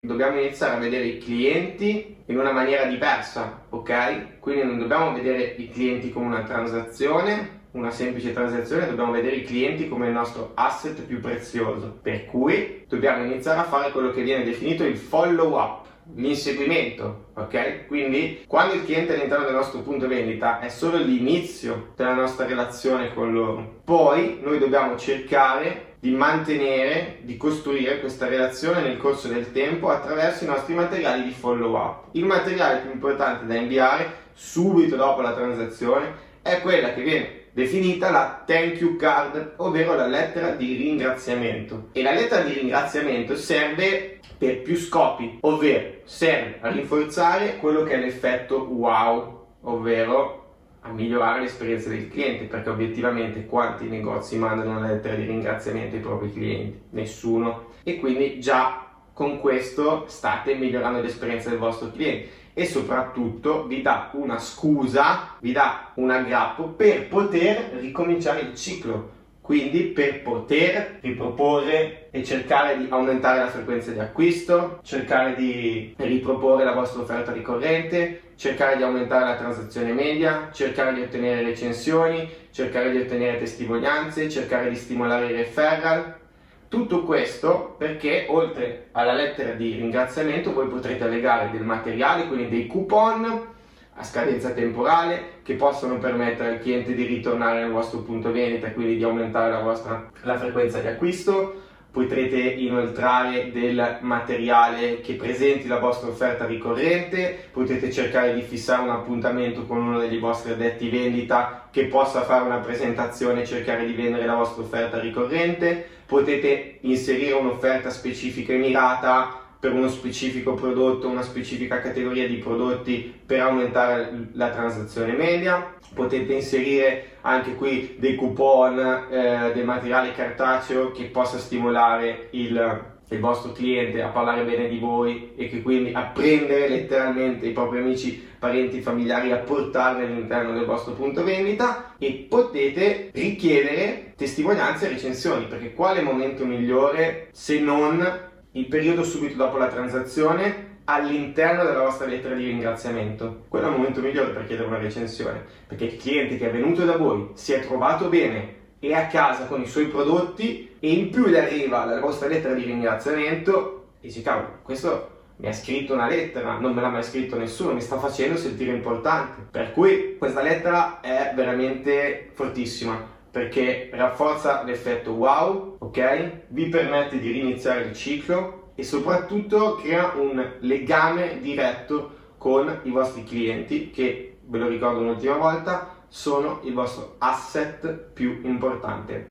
Dobbiamo iniziare a vedere i clienti in una maniera diversa, ok? Quindi non dobbiamo vedere i clienti come una transazione, una semplice transazione, dobbiamo vedere i clienti come il nostro asset più prezioso. Per cui dobbiamo iniziare a fare quello che viene definito il follow up, l'inseguimento, ok? Quindi quando il cliente è all'interno del nostro punto vendita è solo l'inizio della nostra relazione con loro. Poi noi dobbiamo cercare di mantenere, di costruire questa relazione nel corso del tempo attraverso i nostri materiali di follow up. Il materiale più importante da inviare subito dopo la transazione è quella che viene definita la thank you card, ovvero la lettera di ringraziamento. E la lettera di ringraziamento serve per più scopi, ovvero serve a rinforzare quello che è l'effetto wow, ovvero a migliorare l'esperienza del cliente, perché obiettivamente quanti negozi mandano una lettera di ringraziamento ai propri clienti? Nessuno. E quindi già con questo state migliorando l'esperienza del vostro cliente e soprattutto vi dà una scusa, vi dà un aggrappo per poter ricominciare il ciclo. Quindi per poter riproporre e cercare di aumentare la frequenza di acquisto, cercare di riproporre la vostra offerta ricorrente, cercare di aumentare la transazione media, cercare di ottenere recensioni, cercare di ottenere testimonianze, cercare di stimolare i referral. Tutto questo perché oltre alla lettera di ringraziamento voi potrete allegare del materiale, quindi dei coupon a scadenza temporale che possono permettere al cliente di ritornare nel vostro punto vendita e quindi di aumentare la frequenza di acquisto. Potrete inoltrare del materiale che presenti la vostra offerta ricorrente, potete cercare di fissare un appuntamento con uno degli vostri addetti vendita che possa fare una presentazione e cercare di vendere la vostra offerta ricorrente, potete inserire un'offerta specifica e mirata per uno specifico prodotto, una specifica categoria di prodotti per aumentare la transazione media. Potete inserire anche qui dei coupon, del materiale cartaceo che possa stimolare il vostro cliente a parlare bene di voi e che quindi a prendere letteralmente i propri amici, parenti, familiari, a portarli all'interno del vostro punto vendita. E potete richiedere testimonianze e recensioni, perché quale momento migliore se non il periodo subito dopo la transazione all'interno della vostra lettera di ringraziamento? Quello è il momento migliore per chiedere una recensione, perché il cliente che è venuto da voi si è trovato bene, è a casa con i suoi prodotti e in più gli arriva la vostra lettera di ringraziamento e dice: cavolo, questo mi ha scritto una lettera, non me l'ha mai scritto nessuno, mi sta facendo sentire importante. Per cui questa lettera è veramente fortissima, perché rafforza l'effetto wow, ok? Vi permette di riniziare il ciclo e soprattutto crea un legame diretto con i vostri clienti che, ve lo ricordo un'ultima volta, sono il vostro asset più importante.